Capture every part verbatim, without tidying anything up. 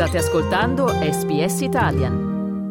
State ascoltando S B S Italian.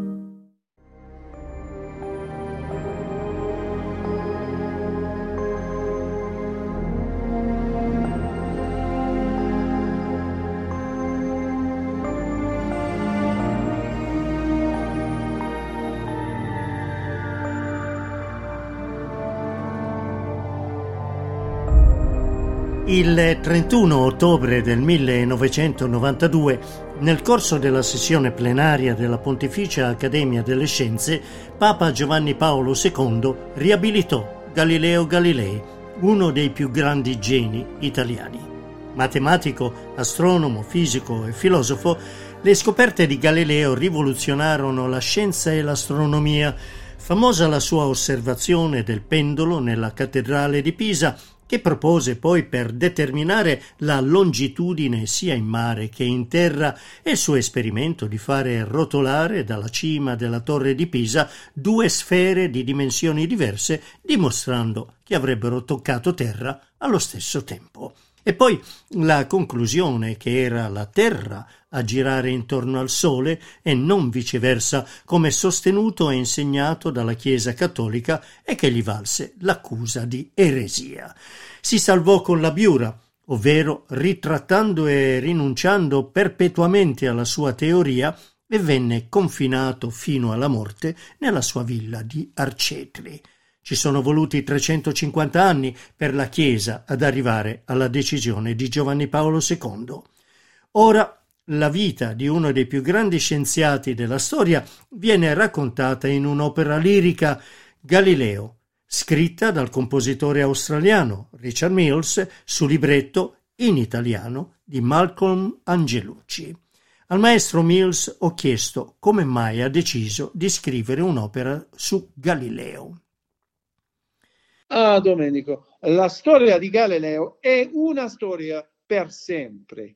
Il trentuno ottobre del millenovecentonovantadue, nel corso della sessione plenaria della Pontificia Accademia delle Scienze, Papa Giovanni Paolo secondo riabilitò Galileo Galilei, uno dei più grandi geni italiani. Matematico, astronomo, fisico e filosofo, le scoperte di Galileo rivoluzionarono la scienza e l'astronomia. Famosa la sua osservazione del pendolo nella cattedrale di Pisa, che propose poi per determinare la longitudine sia in mare che in terra, e il suo esperimento di fare rotolare dalla cima della torre di Pisa due sfere di dimensioni diverse, dimostrando che avrebbero toccato terra allo stesso tempo. E poi la conclusione che era la Terra a girare intorno al Sole e non viceversa, come sostenuto e insegnato dalla Chiesa Cattolica, e che gli valse l'accusa di eresia. Si salvò con la Biura, ovvero ritrattando e rinunciando perpetuamente alla sua teoria, e venne confinato fino alla morte nella sua villa di Arcetri. Ci sono voluti trecentocinquanta anni per la Chiesa ad arrivare alla decisione di Giovanni Paolo secondo. Ora la vita di uno dei più grandi scienziati della storia viene raccontata in un'opera lirica, Galileo, scritta dal compositore australiano Richard Mills su libretto in italiano di Malcolm Angelucci. Al maestro Mills ho chiesto come mai ha deciso di scrivere un'opera su Galileo. Ah, Domenico, la storia di Galileo è una storia per sempre.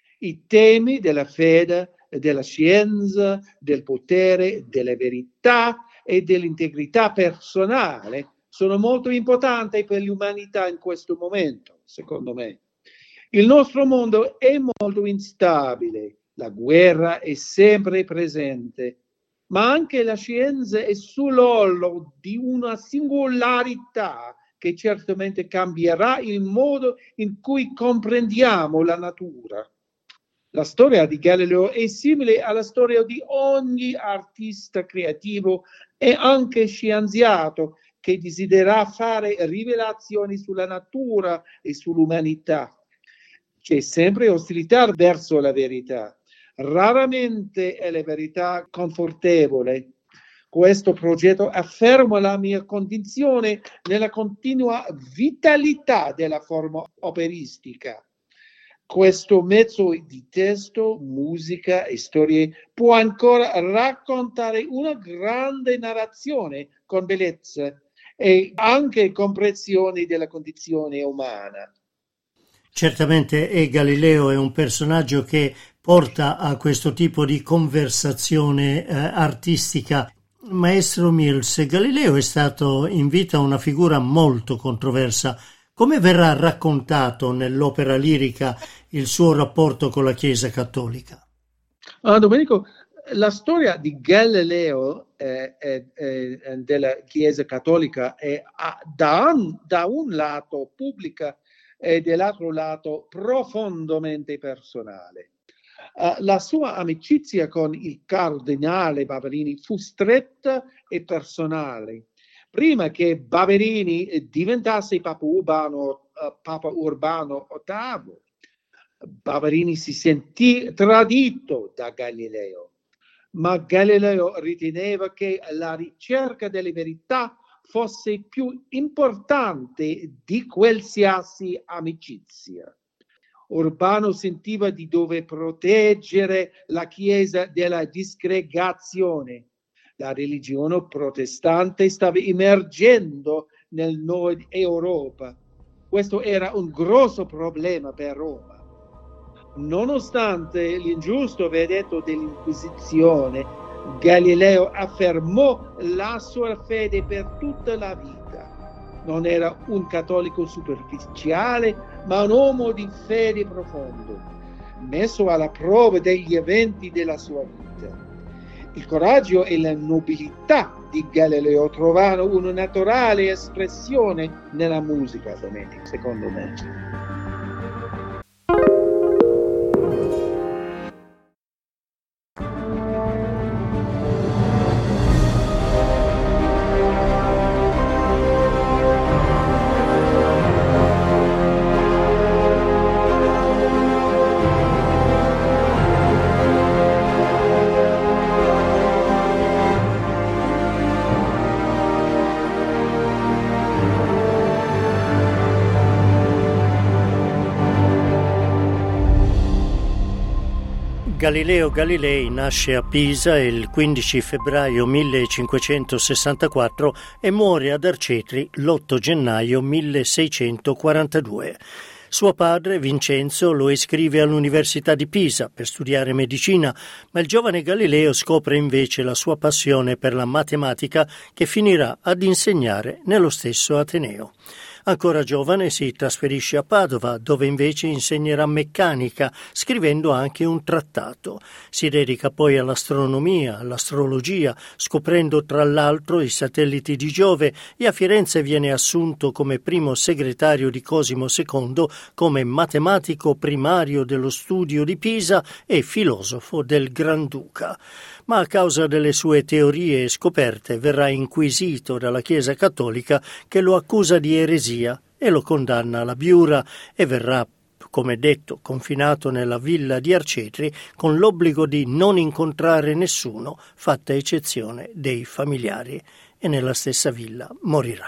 I temi della fede, della scienza, del potere, della verità e dell'integrità personale sono molto importanti per l'umanità in questo momento, secondo me. Il nostro mondo è molto instabile, la guerra è sempre presente, ma anche la scienza è sull'orlo di una singolarità che certamente cambierà il modo in cui comprendiamo la natura. La storia di Galileo è simile alla storia di ogni artista creativo e anche scienziato che desidera fare rivelazioni sulla natura e sull'umanità. C'è sempre ostilità verso la verità. Raramente è la verità confortevole. Questo progetto afferma la mia convinzione nella continua vitalità della forma operistica. Questo mezzo di testo, musica e storie può ancora raccontare una grande narrazione con bellezza e anche comprensione della condizione umana. Certamente, e Galileo è un personaggio che porta a questo tipo di conversazione eh, artistica. Maestro Mills, Galileo è stato in vita una figura molto controversa. Come verrà raccontato nell'opera lirica il suo rapporto con la Chiesa Cattolica? Ah, Domenico, la storia di Galileo eh, eh, eh, della Chiesa Cattolica è ah, da, un, da un lato pubblica e dall'altro lato profondamente personale. Uh, la sua amicizia con il cardinale Barberini fu stretta e personale. Prima che Barberini diventasse Papa Urbano, uh, Papa Urbano ottavo, Barberini si sentì tradito da Galileo, ma Galileo riteneva che la ricerca delle verità fosse più importante di qualsiasi amicizia. Urbano sentiva di dover proteggere la Chiesa dalla disgregazione. La religione protestante stava emergendo nel nord Europa. Questo era un grosso problema per Roma. Nonostante l'ingiusto verdetto dell'Inquisizione, Galileo affermò la sua fede per tutta la vita. Non era un cattolico superficiale, ma un uomo di fede profondo. messo alla prova degli eventi della sua vita. Il coraggio e la nobiltà di Galileo trovano una naturale espressione nella musica, Domenico, secondo me. Galileo Galilei nasce a Pisa il quindici febbraio millecinquecentosessantaquattro e muore ad Arcetri l'otto gennaio milleseicentoquarantadue. Suo padre, Vincenzo, lo iscrive all'Università di Pisa per studiare medicina, ma il giovane Galileo scopre invece la sua passione per la matematica che finirà ad insegnare nello stesso Ateneo. Ancora giovane si trasferisce a Padova, dove invece insegnerà meccanica, scrivendo anche un trattato. Si dedica poi all'astronomia, all'astrologia, scoprendo tra l'altro i satelliti di Giove, e a Firenze viene assunto come primo segretario di Cosimo secondo, come matematico primario dello studio di Pisa e filosofo del Granduca. Ma a causa delle sue teorie e scoperte verrà inquisito dalla Chiesa Cattolica, che lo accusa di eresia e lo condanna alla biura, e verrà, come detto, confinato nella villa di Arcetri con l'obbligo di non incontrare nessuno, fatta eccezione dei familiari, e nella stessa villa morirà.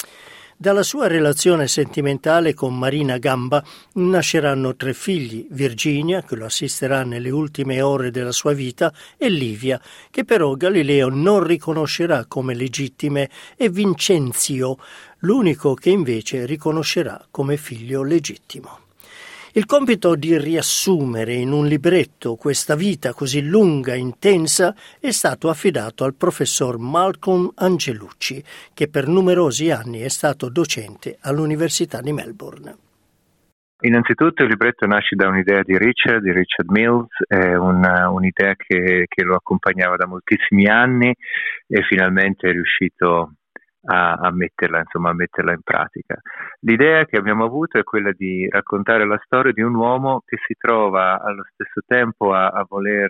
Dalla sua relazione sentimentale con Marina Gamba nasceranno tre figli: Virginia, che lo assisterà nelle ultime ore della sua vita, e Livia, che però Galileo non riconoscerà come legittime, e Vincenzio, l'unico che invece riconoscerà come figlio legittimo. Il compito di riassumere in un libretto questa vita così lunga e intensa è stato affidato al professor Malcolm Angelucci, che per numerosi anni è stato docente all'Università di Melbourne. Innanzitutto il libretto nasce da un'idea di Richard, di Richard Mills, è una, un'idea che, che lo accompagnava da moltissimi anni e finalmente è riuscito A, a metterla, insomma, a metterla in pratica. L'idea che abbiamo avuto è quella di raccontare la storia di un uomo che si trova allo stesso tempo a, a voler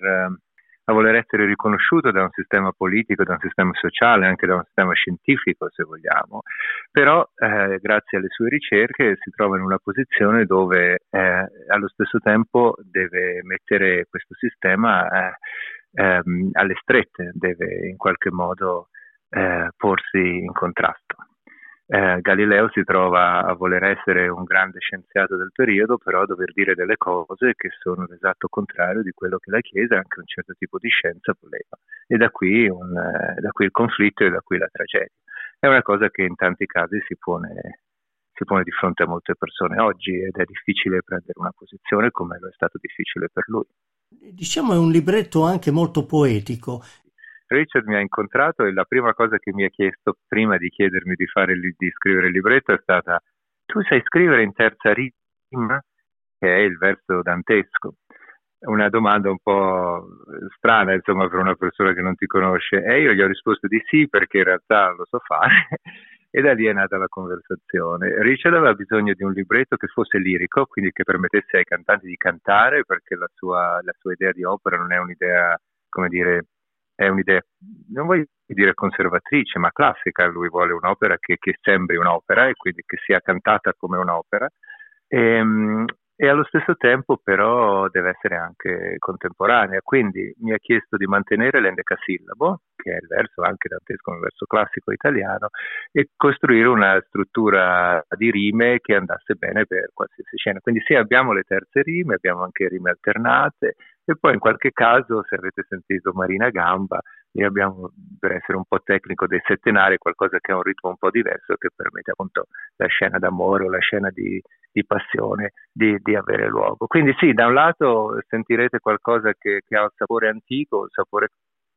a voler essere riconosciuto da un sistema politico, da un sistema sociale, anche da un sistema scientifico, se vogliamo, però eh, grazie alle sue ricerche si trova in una posizione dove eh, allo stesso tempo deve mettere questo sistema eh, ehm, alle strette, deve in qualche modo Eh, porsi in contrasto. Eh, Galileo si trova a voler essere un grande scienziato del periodo, però a dover dire delle cose che sono l'esatto contrario di quello che la Chiesa e anche un certo tipo di scienza voleva. E da qui, un, eh, da qui il conflitto e da qui la tragedia. È una cosa che in tanti casi si pone, si pone di fronte a molte persone oggi, ed è difficile prendere una posizione come lo è stato difficile per lui. Diciamo è un libretto anche molto poetico. Richard mi ha incontrato e la prima cosa che mi ha chiesto prima di chiedermi di, fare, di scrivere il libretto è stata: tu sai scrivere in terza rima, che è il verso dantesco? Una domanda un po' strana, insomma, per una persona che non ti conosce, e io gli ho risposto di sì, perché in realtà lo so fare. E da lì è nata la conversazione. Richard aveva bisogno di un libretto che fosse lirico, quindi che permettesse ai cantanti di cantare, perché la sua, la sua idea di opera non è un'idea, come dire, è un'idea, non voglio dire conservatrice, ma classica. Lui vuole un'opera che, che sembri un'opera e quindi che sia cantata come un'opera, e, e allo stesso tempo però deve essere anche contemporanea. Quindi mi ha chiesto di mantenere l'endecasillabo, che è il verso anche dantesco, un verso classico italiano, e costruire una struttura di rime che andasse bene per qualsiasi scena. Quindi sì, abbiamo le terze rime, abbiamo anche rime alternate, e poi in qualche caso, se avete sentito Marina Gamba, lì abbiamo, per essere un po' tecnico, dei settenari, qualcosa che ha un ritmo un po' diverso, che permette appunto la scena d'amore o la scena di, di passione di, di avere luogo. Quindi sì, da un lato sentirete qualcosa che, che ha un sapore antico, un sapore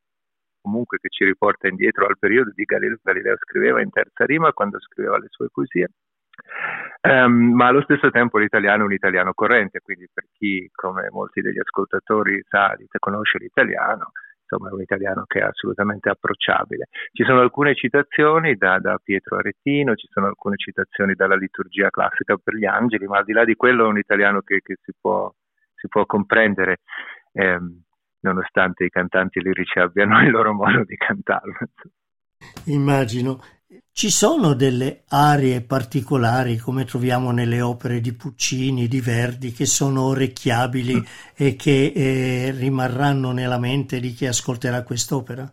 comunque che ci riporta indietro al periodo di Galileo. Galileo scriveva in terza rima quando scriveva le sue poesie, Um, ma allo stesso tempo l'italiano è un italiano corrente, quindi per chi, come molti degli ascoltatori sa, conosce l'italiano, insomma è un italiano che è assolutamente approcciabile. Ci sono alcune citazioni da, da Pietro Aretino, ci sono alcune citazioni dalla liturgia classica per gli angeli, ma al di là di quello è un italiano che, che si può, si può comprendere, ehm, nonostante i cantanti lirici abbiano il loro modo di cantarlo. Immagino. Ci sono delle aree particolari, come troviamo nelle opere di Puccini, di Verdi, che sono orecchiabili mm. e che eh, rimarranno nella mente di chi ascolterà quest'opera?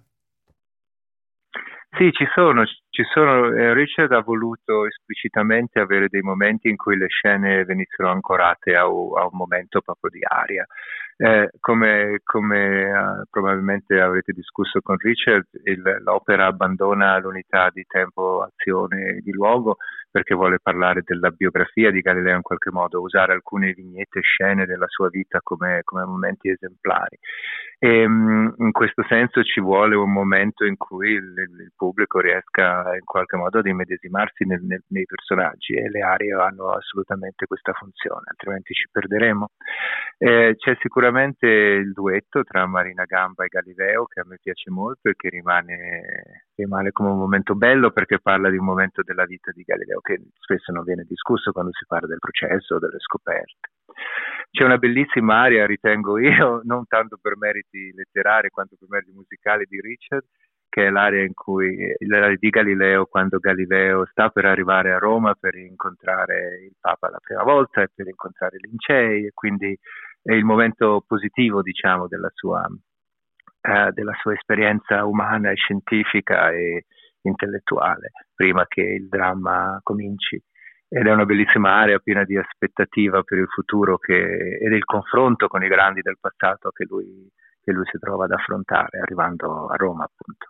Sì, ci sono. Ci sono eh, Richard ha voluto esplicitamente avere dei momenti in cui le scene venissero ancorate a, a un momento proprio di aria. Eh, come come uh, probabilmente avrete discusso con Richard, il, l'opera abbandona l'unità di tempo, azione e di luogo perché vuole parlare della biografia di Galileo in qualche modo, usare alcune vignette, scene della sua vita come, come momenti esemplari. E um, in questo senso ci vuole un momento in cui il, il pubblico riesca in qualche modo ad immedesimarsi nel, nel, nei personaggi, e le arie hanno assolutamente questa funzione, altrimenti ci perderemo. Eh, c'è sicuramente il duetto tra Marina Gamba e Galileo, che a me piace molto e che rimane, rimane come un momento bello, perché parla di un momento della vita di Galileo che spesso non viene discusso quando si parla del processo o delle scoperte. C'è una bellissima aria, ritengo io, non tanto per meriti letterari quanto per meriti musicali, di Richard, che è l'area in cui l'area di Galileo, quando Galileo sta per arrivare a Roma per incontrare il Papa la prima volta e per incontrare Lincei, e quindi è il momento positivo, diciamo, della sua, eh, della sua esperienza umana e scientifica e intellettuale, prima che il dramma cominci. Ed è una bellissima area piena di aspettativa per il futuro che, e del confronto con i grandi del passato che lui, che lui si trova ad affrontare arrivando a Roma, appunto.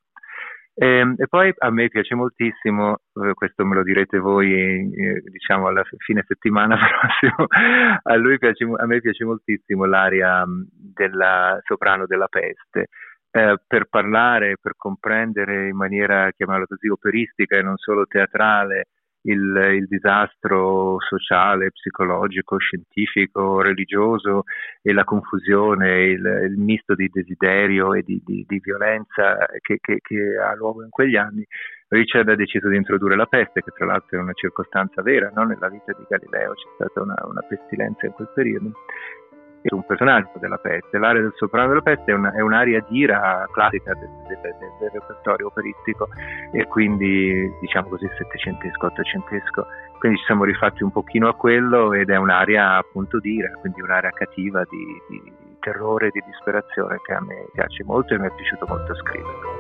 E, e poi a me piace moltissimo, eh, questo me lo direte voi eh, diciamo alla fine settimana prossimo, a lui piace, a me piace moltissimo l'aria della soprano della peste, eh, per parlare, per comprendere in maniera, chiamiamola così, operistica e non solo teatrale, Il, il disastro sociale, psicologico, scientifico, religioso e la confusione, il, il misto di desiderio e di, di, di violenza che, che, che ha luogo in quegli anni. Richard ha deciso di introdurre la peste, che tra l'altro è una circostanza vera, no? Nella vita di Galileo c'è stata una, una pestilenza in quel periodo. È un personaggio della peste. L'area del soprano della peste è, una, è un'aria d'ira classica del, del, del, del repertorio operistico, e quindi diciamo così settecentesco, ottocentesco, quindi ci siamo rifatti un pochino a quello, ed è un'aria appunto d'ira, quindi un'aria cattiva di, di terrore, di disperazione, che a me piace molto e mi è piaciuto molto scrivere.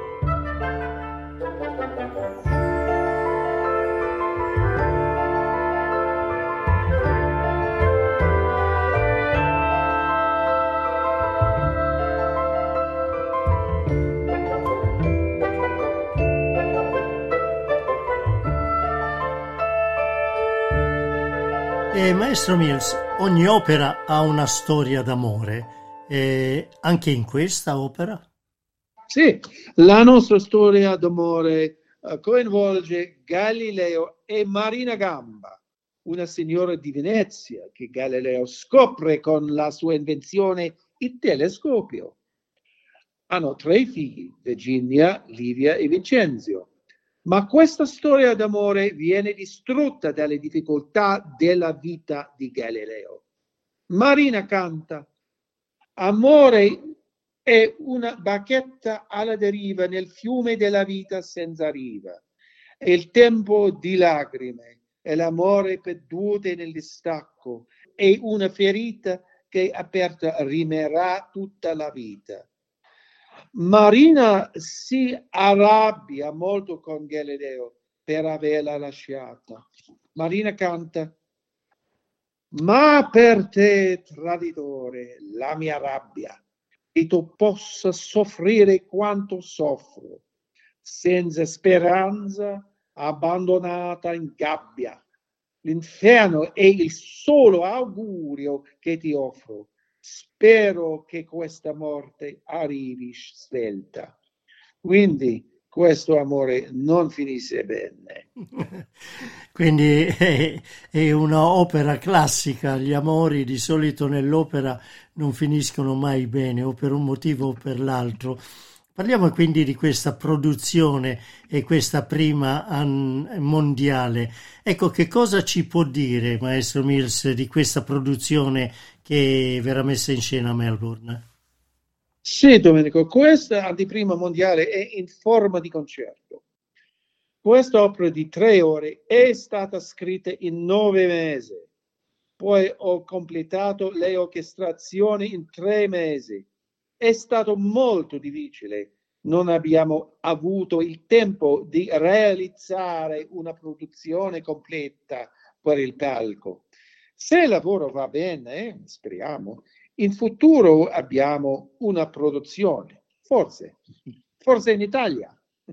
Eh, Maestro Mills, ogni opera ha una storia d'amore, eh, anche in questa opera? Sì, la nostra storia d'amore uh, coinvolge Galileo e Marina Gamba, una signora di Venezia che Galileo scopre con la sua invenzione, il telescopio. Hanno tre figli, Virginia, Livia e Vincenzio. Ma questa storia d'amore viene distrutta dalle difficoltà della vita di Galileo. Marina canta: amore è una barchetta alla deriva nel fiume della vita senza riva. È il tempo di lacrime, è l'amore perduto nel distacco, è una ferita che aperta rimarrà tutta la vita. Marina si arrabbia molto con Galileo per averla lasciata. Marina canta: ma per te, traditore, la mia rabbia, e tu possa soffrire quanto soffro, senza speranza, abbandonata in gabbia. L'inferno è il solo augurio che ti offro. Spero che questa morte arrivi svelta. Quindi questo amore non finisce bene. Quindi è, è un'opera classica, gli amori di solito nell'opera non finiscono mai bene, o per un motivo o per l'altro. Parliamo quindi di questa produzione e questa prima an- mondiale. Ecco, che cosa ci può dire, maestro Mills, di questa produzione che verrà messa in scena a Melbourne? Sì, Domenico, questa anteprima mondiale è in forma di concerto. Questa opera di tre ore è stata scritta in nove mesi. Poi ho completato le orchestrazioni in tre mesi. È stato molto difficile. Non abbiamo avuto il tempo di realizzare una produzione completa per il palco. Se il lavoro va bene, speriamo, in futuro abbiamo una produzione, forse, forse in Italia.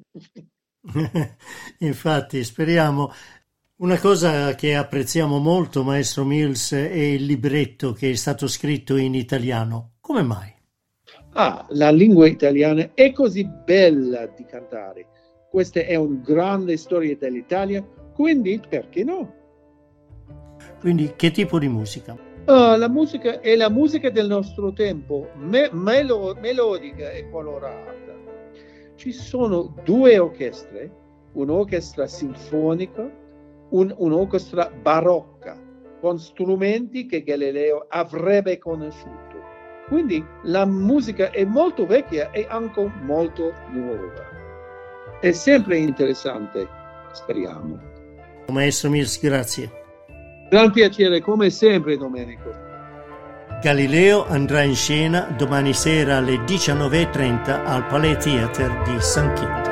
Infatti, speriamo. Una cosa che apprezziamo molto, maestro Mills, è il libretto che è stato scritto in italiano. Come mai? Ah, la lingua italiana è così bella di cantare. Questa è una grande storia dell'Italia, quindi perché no? Quindi che tipo di musica? Uh, la musica è la musica del nostro tempo, me- melo- melodica e colorata. Ci sono due orchestre, un'orchestra sinfonica, un- un'orchestra barocca, con strumenti che Galileo avrebbe conosciuto. Quindi la musica è molto vecchia e anche molto nuova. È sempre interessante, speriamo. Maestro Mills, grazie. Gran piacere, come sempre, Domenico. Galileo andrà in scena domani sera alle diciannove e trenta al Palais Theatre di San Kilda.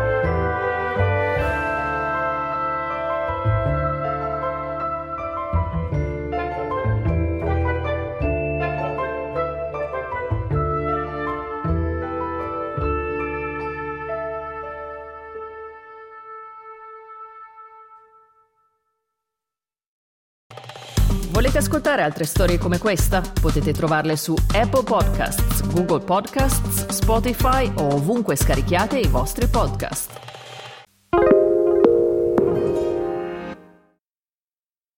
Volete ascoltare altre storie come questa? Potete trovarle su Apple Podcasts, Google Podcasts, Spotify o ovunque scarichiate i vostri podcast.